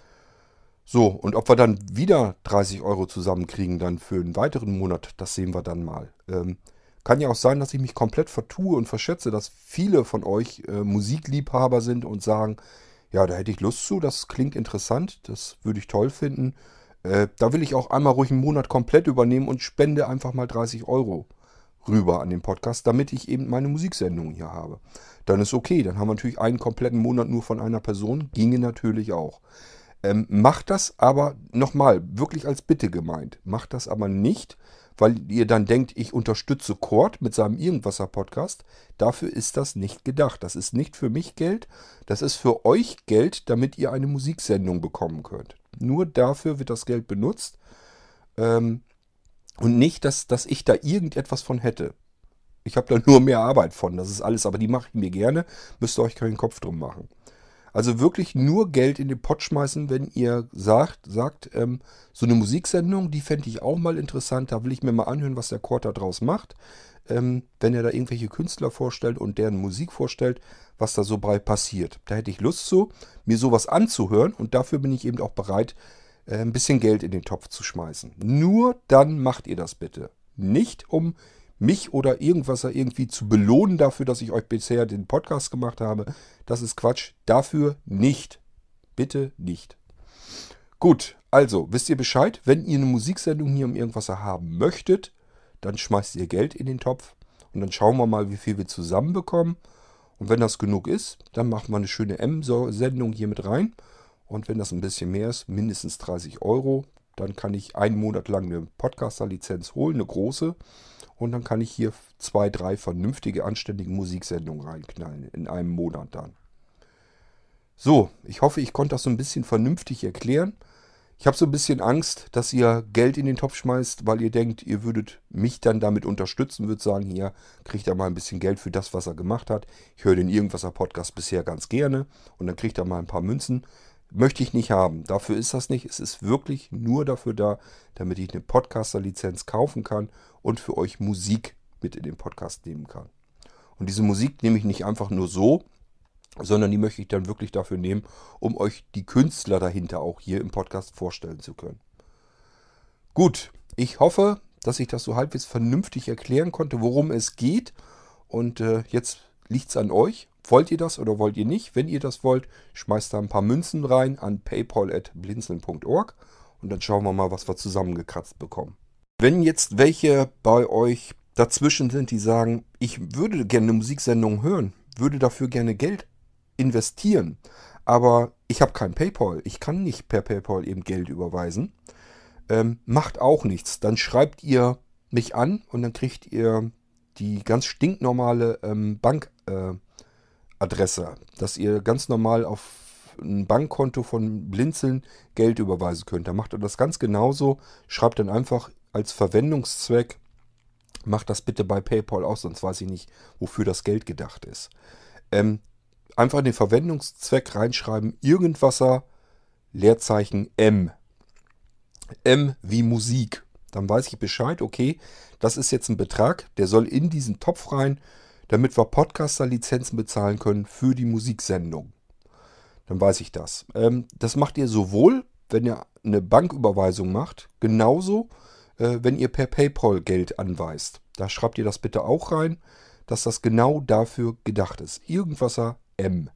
So, und ob wir dann wieder dreißig Euro zusammenkriegen dann für einen weiteren Monat, das sehen wir dann mal. Ähm, kann ja auch sein, dass ich mich komplett vertue und verschätze, dass viele von euch äh, Musikliebhaber sind und sagen, ja, da hätte ich Lust zu, das klingt interessant, das würde ich toll finden. Äh, da will ich auch einmal ruhig einen Monat komplett übernehmen und spende einfach mal dreißig Euro rüber an den Podcast, damit ich eben meine Musiksendung hier habe. Dann ist okay, dann haben wir natürlich einen kompletten Monat nur von einer Person, ginge natürlich auch. Ähm, macht das aber, nochmal, wirklich als Bitte gemeint, macht das aber nicht, weil ihr dann denkt, ich unterstütze Kurt mit seinem Irgendwasser-Podcast. Dafür ist das nicht gedacht. Das ist nicht für mich Geld, das ist für euch Geld, damit ihr eine Musiksendung bekommen könnt. Nur dafür wird das Geld benutzt. Ähm, Und nicht, dass, dass ich da irgendetwas von hätte. Ich habe da nur mehr Arbeit von. Das ist alles, aber die mache ich mir gerne. Müsst ihr euch keinen Kopf drum machen. Also wirklich nur Geld in den Pott schmeißen, wenn ihr sagt, sagt ähm, so eine Musiksendung, die fände ich auch mal interessant. Da will ich mir mal anhören, was der Kurt da draus macht. Ähm, wenn er da irgendwelche Künstler vorstellt und deren Musik vorstellt, was da so bei passiert. Da hätte ich Lust zu, mir sowas anzuhören. Und dafür bin ich eben auch bereit, ein bisschen Geld in den Topf zu schmeißen. Nur dann macht ihr das bitte. Nicht um mich oder irgendwas irgendwie zu belohnen dafür, dass ich euch bisher den Podcast gemacht habe. Das ist Quatsch. Dafür nicht. Bitte nicht. Gut, also wisst ihr Bescheid. Wenn ihr eine Musiksendung hier im Irgendwasser haben möchtet, dann schmeißt ihr Geld in den Topf und dann schauen wir mal, wie viel wir zusammenbekommen. Und wenn das genug ist, dann machen wir eine schöne M-Sendung hier mit rein. Und wenn das ein bisschen mehr ist, mindestens dreißig Euro, dann kann ich einen Monat lang eine Podcaster-Lizenz holen, eine große. Und dann kann ich hier zwei, drei vernünftige, anständige Musiksendungen reinknallen in einem Monat dann. So, ich hoffe, ich konnte das so ein bisschen vernünftig erklären. Ich habe so ein bisschen Angst, dass ihr Geld in den Topf schmeißt, weil ihr denkt, ihr würdet mich dann damit unterstützen, würdet sagen, hier kriegt er mal ein bisschen Geld für das, was er gemacht hat. Ich höre den Irgendwasser-Podcast bisher ganz gerne und dann kriegt er mal ein paar Münzen. Möchte ich nicht haben. Dafür ist das nicht. Es ist wirklich nur dafür da, damit ich eine Podcaster-Lizenz kaufen kann und für euch Musik mit in den Podcast nehmen kann. Und diese Musik nehme ich nicht einfach nur so, sondern die möchte ich dann wirklich dafür nehmen, um euch die Künstler dahinter auch hier im Podcast vorstellen zu können. Gut, ich hoffe, dass ich das so halbwegs vernünftig erklären konnte, worum es geht. Und äh, jetzt liegt es an euch. Wollt ihr das oder wollt ihr nicht? Wenn ihr das wollt, schmeißt da ein paar Münzen rein an paypal at blinzeln punkt org und dann schauen wir mal, was wir zusammengekratzt bekommen. Wenn jetzt welche bei euch dazwischen sind, die sagen, ich würde gerne eine Musiksendung hören, würde dafür gerne Geld investieren, aber ich habe kein PayPal, ich kann nicht per PayPal eben Geld überweisen, ähm, macht auch nichts. Dann schreibt ihr mich an und dann kriegt ihr die ganz stinknormale ähm, Bankadresse, äh, dass ihr ganz normal auf ein Bankkonto von Blinzeln Geld überweisen könnt. Da macht ihr das ganz genauso, schreibt dann einfach als Verwendungszweck, macht das bitte bei PayPal aus, sonst weiß ich nicht, wofür das Geld gedacht ist. Ähm, einfach den Verwendungszweck reinschreiben, Irgendwasser, Leerzeichen M. M wie Musik. Dann weiß ich Bescheid, okay, das ist jetzt ein Betrag, der soll in diesen Topf rein, damit wir Podcaster-Lizenzen bezahlen können für die Musiksendung. Dann weiß ich das. Ähm, das macht ihr sowohl, wenn ihr eine Banküberweisung macht, genauso, äh, wenn ihr per PayPal Geld anweist. Da schreibt ihr das bitte auch rein, dass das genau dafür gedacht ist. Irgendwasser M.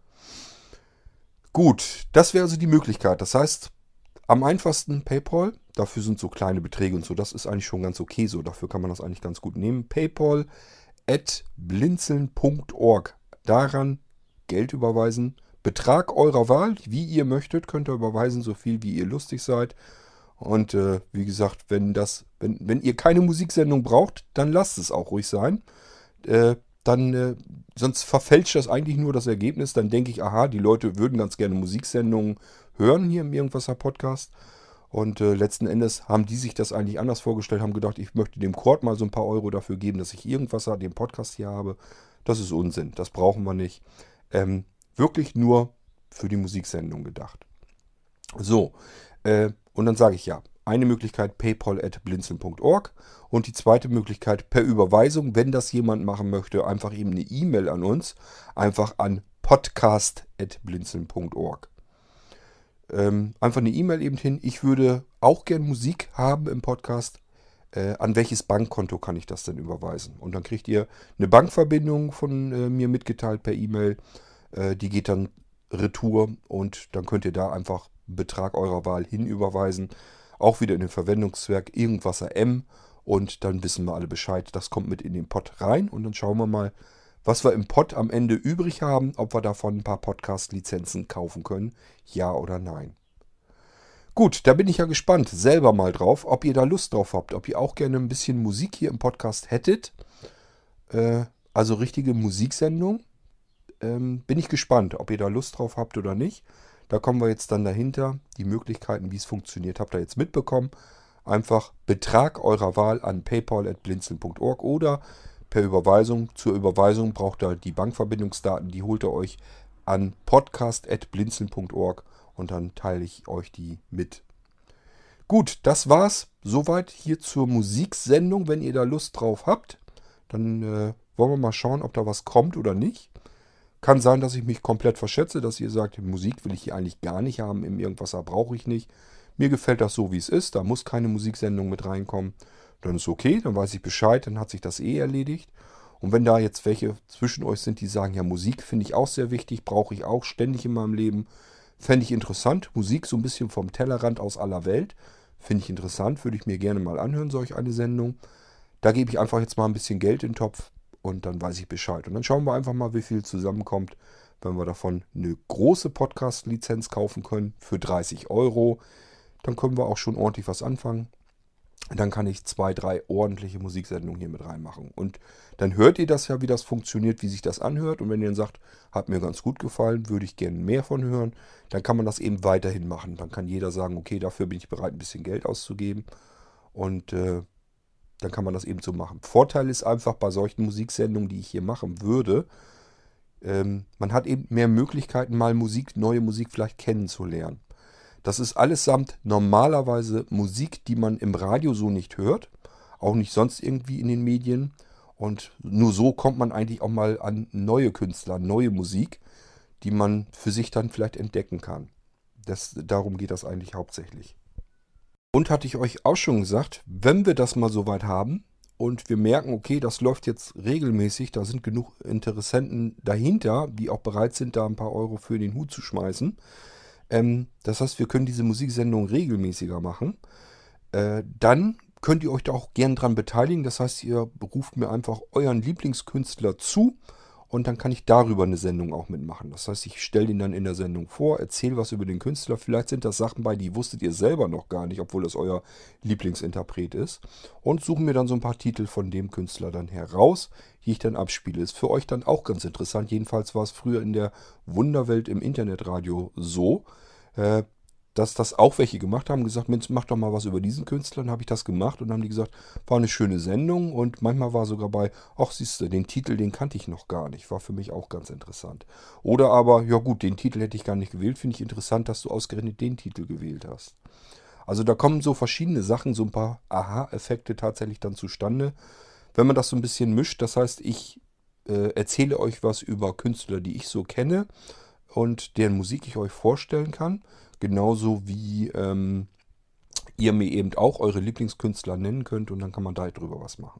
Gut, das wäre also die Möglichkeit. Das heißt, am einfachsten PayPal. Dafür sind so kleine Beträge und so. Das ist eigentlich schon ganz okay so. Dafür kann man das eigentlich ganz gut nehmen. paypal at blinzeln punkt org. Daran Geld überweisen. Betrag eurer Wahl, wie ihr möchtet, könnt ihr überweisen, so viel wie ihr lustig seid. Und äh, wie gesagt, wenn das, wenn, wenn ihr keine Musiksendung braucht, dann lasst es auch ruhig sein. Äh, dann, äh, sonst verfälscht das eigentlich nur das Ergebnis. Dann denke ich, aha, die Leute würden ganz gerne Musiksendungen hören hier im Irgendwasser Podcast. Und äh, letzten Endes haben die sich das eigentlich anders vorgestellt, haben gedacht, ich möchte dem Kord mal so ein paar Euro dafür geben, dass ich Irgendwasser, den Podcast hier habe. Das ist Unsinn, das brauchen wir nicht. Ähm, wirklich nur für die Musiksendung gedacht. So, äh, und dann sage ich ja, eine Möglichkeit paypal at blinzeln punkt org und die zweite Möglichkeit per Überweisung, wenn das jemand machen möchte, einfach eben eine E-Mail an uns, einfach an podcast at blinzeln punkt org. Ähm, einfach eine E-Mail eben hin. Ich würde auch gern Musik haben im Podcast. Äh, an welches Bankkonto kann ich das denn überweisen? Und dann kriegt ihr eine Bankverbindung von äh, mir mitgeteilt per E-Mail. Äh, die geht dann retour und dann könnt ihr da einfach einen Betrag eurer Wahl hinüberweisen. Auch wieder in den Verwendungszweck Irgendwasser M. Und dann wissen wir alle Bescheid. Das kommt mit in den Pot rein. Und dann schauen wir mal, was wir im Pot am Ende übrig haben, ob wir davon ein paar Podcast-Lizenzen kaufen können, ja oder nein. Gut, da bin ich ja gespannt selber mal drauf, ob ihr da Lust drauf habt, ob ihr auch gerne ein bisschen Musik hier im Podcast hättet. Äh, also richtige Musiksendung. Ähm, bin ich gespannt, ob ihr da Lust drauf habt oder nicht. Da kommen wir jetzt dann dahinter. Die Möglichkeiten, wie es funktioniert, habt ihr jetzt mitbekommen. Einfach Betrag eurer Wahl an paypal at blinzeln punkt org oder per Überweisung. Zur Überweisung braucht ihr die Bankverbindungsdaten, die holt ihr euch an podcast at blinzeln punkt org und dann teile ich euch die mit. Gut, das war's soweit hier zur Musiksendung. Wenn ihr da Lust drauf habt, dann äh, wollen wir mal schauen, ob da was kommt oder nicht. Kann sein, dass ich mich komplett verschätze, dass ihr sagt, Musik will ich hier eigentlich gar nicht haben, im Irgendwasser brauche ich nicht. Mir gefällt das so, wie es ist, da muss keine Musiksendung mit reinkommen. Dann ist okay, dann weiß ich Bescheid, dann hat sich das eh erledigt. Und wenn da jetzt welche zwischen euch sind, die sagen, ja, Musik finde ich auch sehr wichtig, brauche ich auch ständig in meinem Leben, fände ich interessant. Musik so ein bisschen vom Tellerrand aus aller Welt, finde ich interessant, würde ich mir gerne mal anhören, solch eine Sendung. Da gebe ich einfach jetzt mal ein bisschen Geld in den Topf und dann weiß ich Bescheid. Und dann schauen wir einfach mal, wie viel zusammenkommt, wenn wir davon eine große Podcast-Lizenz kaufen können für dreißig Euro. Dann können wir auch schon ordentlich was anfangen. Dann kann ich zwei, drei ordentliche Musiksendungen hier mit reinmachen. Und dann hört ihr das ja, wie das funktioniert, wie sich das anhört. Und wenn ihr dann sagt, hat mir ganz gut gefallen, würde ich gerne mehr von hören, dann kann man das eben weiterhin machen. Dann kann jeder sagen, okay, dafür bin ich bereit, ein bisschen Geld auszugeben. Und äh, dann kann man das eben so machen. Vorteil ist einfach bei solchen Musiksendungen, die ich hier machen würde, ähm, man hat eben mehr Möglichkeiten, mal Musik, neue Musik vielleicht kennenzulernen. Das ist allesamt normalerweise Musik, die man im Radio so nicht hört, auch nicht sonst irgendwie in den Medien. Und nur so kommt man eigentlich auch mal an neue Künstler, neue Musik, die man für sich dann vielleicht entdecken kann. Das, darum geht das eigentlich hauptsächlich. Und hatte ich euch auch schon gesagt, wenn wir das mal soweit haben und wir merken, okay, das läuft jetzt regelmäßig, da sind genug Interessenten dahinter, die auch bereit sind, da ein paar Euro für den Hut zu schmeißen. Ähm, das heißt, wir können diese Musiksendung regelmäßiger machen. Äh, dann könnt ihr euch da auch gern dran beteiligen. Das heißt, ihr ruft mir einfach euren Lieblingskünstler zu und dann kann ich darüber eine Sendung auch mitmachen. Das heißt, ich stelle den dann in der Sendung vor, erzähle was über den Künstler. Vielleicht sind das Sachen bei, die wusstet ihr selber noch gar nicht, obwohl das euer Lieblingsinterpret ist. Und suche mir dann so ein paar Titel von dem Künstler dann heraus, die ich dann abspiele. Ist für euch dann auch ganz interessant. Jedenfalls war es früher in der Wunderwelt im Internetradio so, äh, dass das auch welche gemacht haben, gesagt, Mensch, mach doch mal was über diesen Künstler. Dann habe ich das gemacht und dann haben die gesagt, war eine schöne Sendung und manchmal war sogar bei, ach siehst du, den Titel, den kannte ich noch gar nicht. War für mich auch ganz interessant. Oder aber, ja gut, den Titel hätte ich gar nicht gewählt. Finde ich interessant, dass du ausgerechnet den Titel gewählt hast. Also da kommen so verschiedene Sachen, so ein paar Aha-Effekte tatsächlich dann zustande. Wenn man das so ein bisschen mischt, das heißt, ich äh, erzähle euch was über Künstler, die ich so kenne und deren Musik ich euch vorstellen kann. Genauso wie ähm, ihr mir eben auch eure Lieblingskünstler nennen könnt und dann kann man da drüber was machen.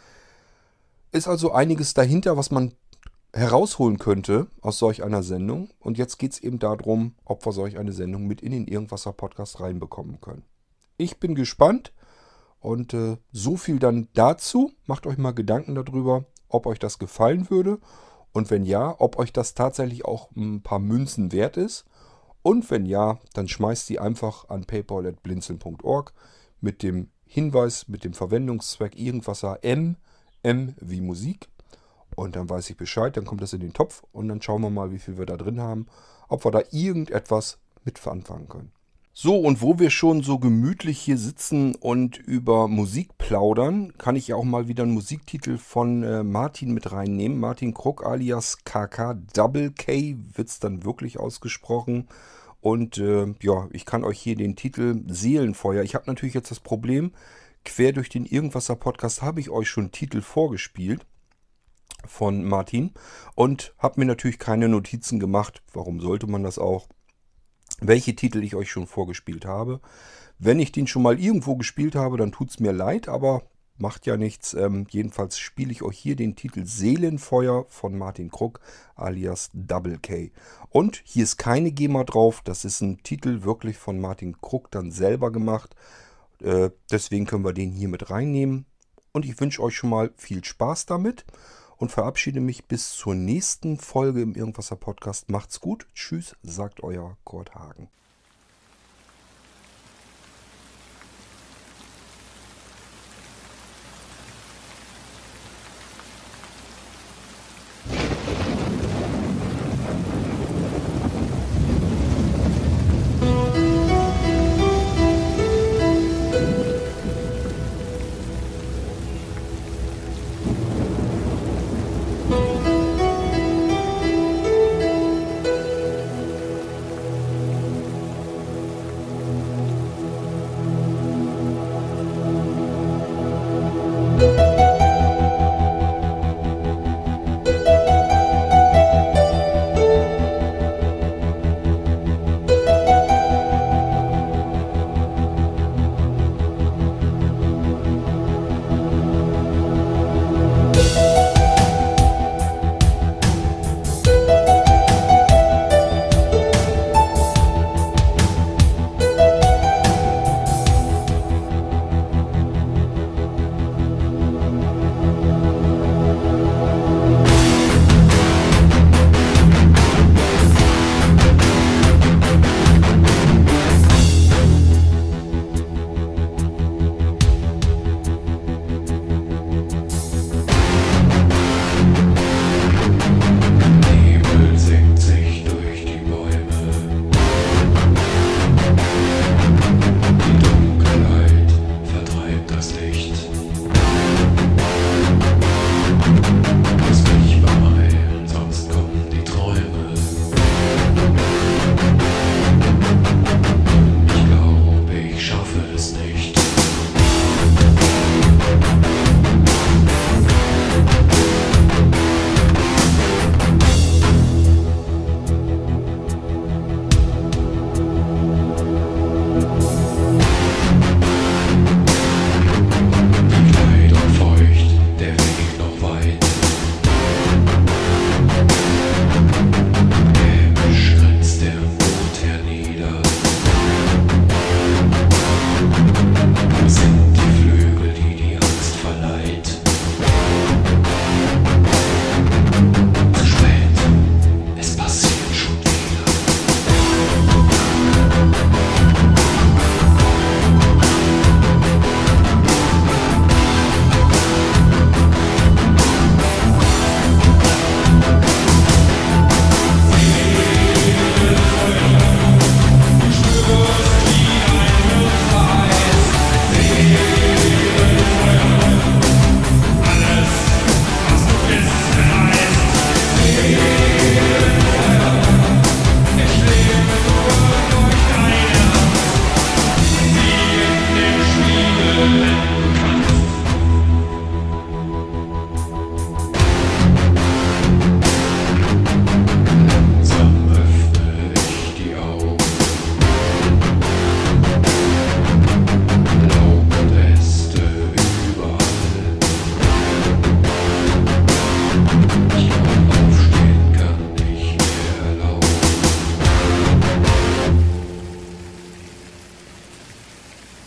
Ist also einiges dahinter, was man herausholen könnte aus solch einer Sendung. Und jetzt geht es eben darum, ob wir solch eine Sendung mit in den Irgendwasser Podcast reinbekommen können. Ich bin gespannt und äh, so viel dann dazu. Macht euch mal Gedanken darüber, ob euch das gefallen würde und wenn ja, ob euch das tatsächlich auch ein paar Münzen wert ist. Und wenn ja, dann schmeißt sie einfach an paypal at blinzeln punkt org mit dem Hinweis, mit dem Verwendungszweck Irgendwasser M, M wie Musik. Und dann weiß ich Bescheid, dann kommt das in den Topf und dann schauen wir mal, wie viel wir da drin haben, ob wir da irgendetwas mit anfangen können. So, und wo wir schon so gemütlich hier sitzen und über Musik plaudern, kann ich ja auch mal wieder einen Musiktitel von äh, Martin mit reinnehmen. Martin Kruk alias K K Double K wird es dann wirklich ausgesprochen. Und äh, ja, ich kann euch hier den Titel Seelenfeuer. Ich habe natürlich jetzt das Problem, quer durch den Irgendwasser Podcast habe ich euch schon Titel vorgespielt von Martin und habe mir natürlich keine Notizen gemacht. Warum sollte man das auch? Welche Titel ich euch schon vorgespielt habe. Wenn ich den schon mal irgendwo gespielt habe, dann tut es mir leid, aber macht ja nichts. Ähm, jedenfalls spiele ich euch hier den Titel Seelenfeuer von Martin Kruk alias Double K. Und hier ist keine GEMA drauf. Das ist ein Titel wirklich von Martin Kruk dann selber gemacht. Äh, deswegen können wir den hier mit reinnehmen. Und ich wünsche euch schon mal viel Spaß damit. Und verabschiede mich bis zur nächsten Folge im Irgendwasser Podcast. Macht's gut. Tschüss, sagt euer Kurt Hagen.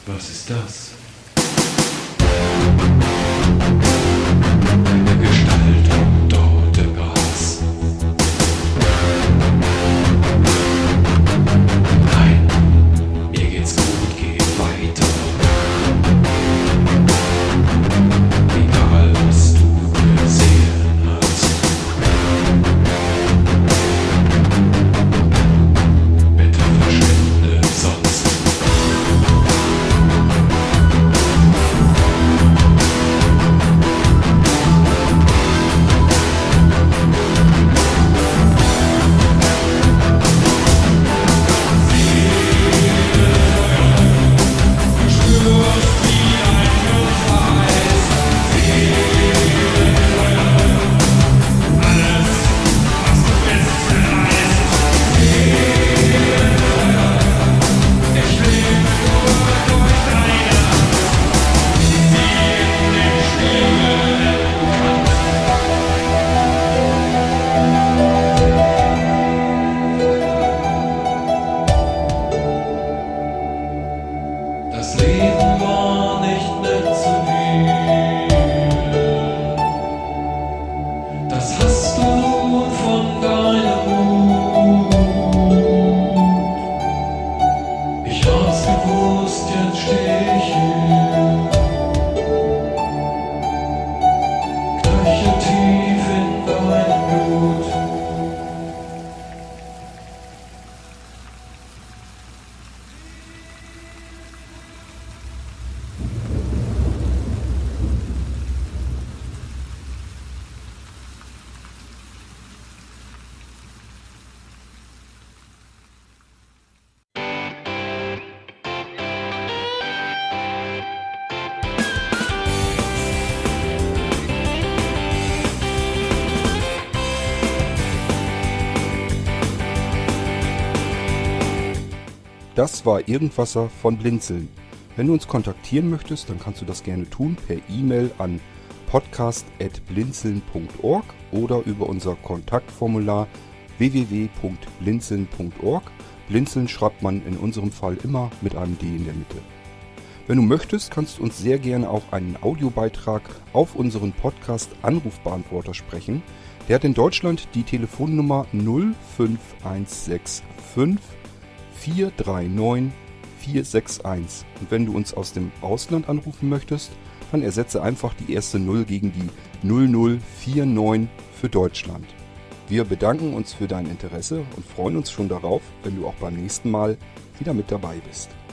Was ist das? Eine Gestalt dort im Gras. Nein, mir geht's gut, geh weiter. Egal was du gesehen hast. Bitte verschwinde sonst. Das Leben war nicht nett zu mir. Das hast du nun von deinem Mut. Ich hab's gewusst, jetzt steh ich hier. Knöchel tief in deinem Blut. Das war Irgendwasser von Blinzeln. Wenn du uns kontaktieren möchtest, dann kannst du das gerne tun per E-Mail an podcast at blinzeln punkt org oder über unser Kontaktformular w w w punkt blinzeln punkt org. Blinzeln schreibt man in unserem Fall immer mit einem D in der Mitte. Wenn du möchtest, kannst du uns sehr gerne auch einen Audiobeitrag auf unseren Podcast Anrufbeantworter sprechen. Der hat in Deutschland die Telefonnummer null fünf eins sechs fünf vier drei neun vier sechs eins. Und wenn du uns aus dem Ausland anrufen möchtest, dann ersetze einfach die erste null gegen die null null vier neun für Deutschland. Wir bedanken uns für dein Interesse und freuen uns schon darauf, wenn du auch beim nächsten Mal wieder mit dabei bist.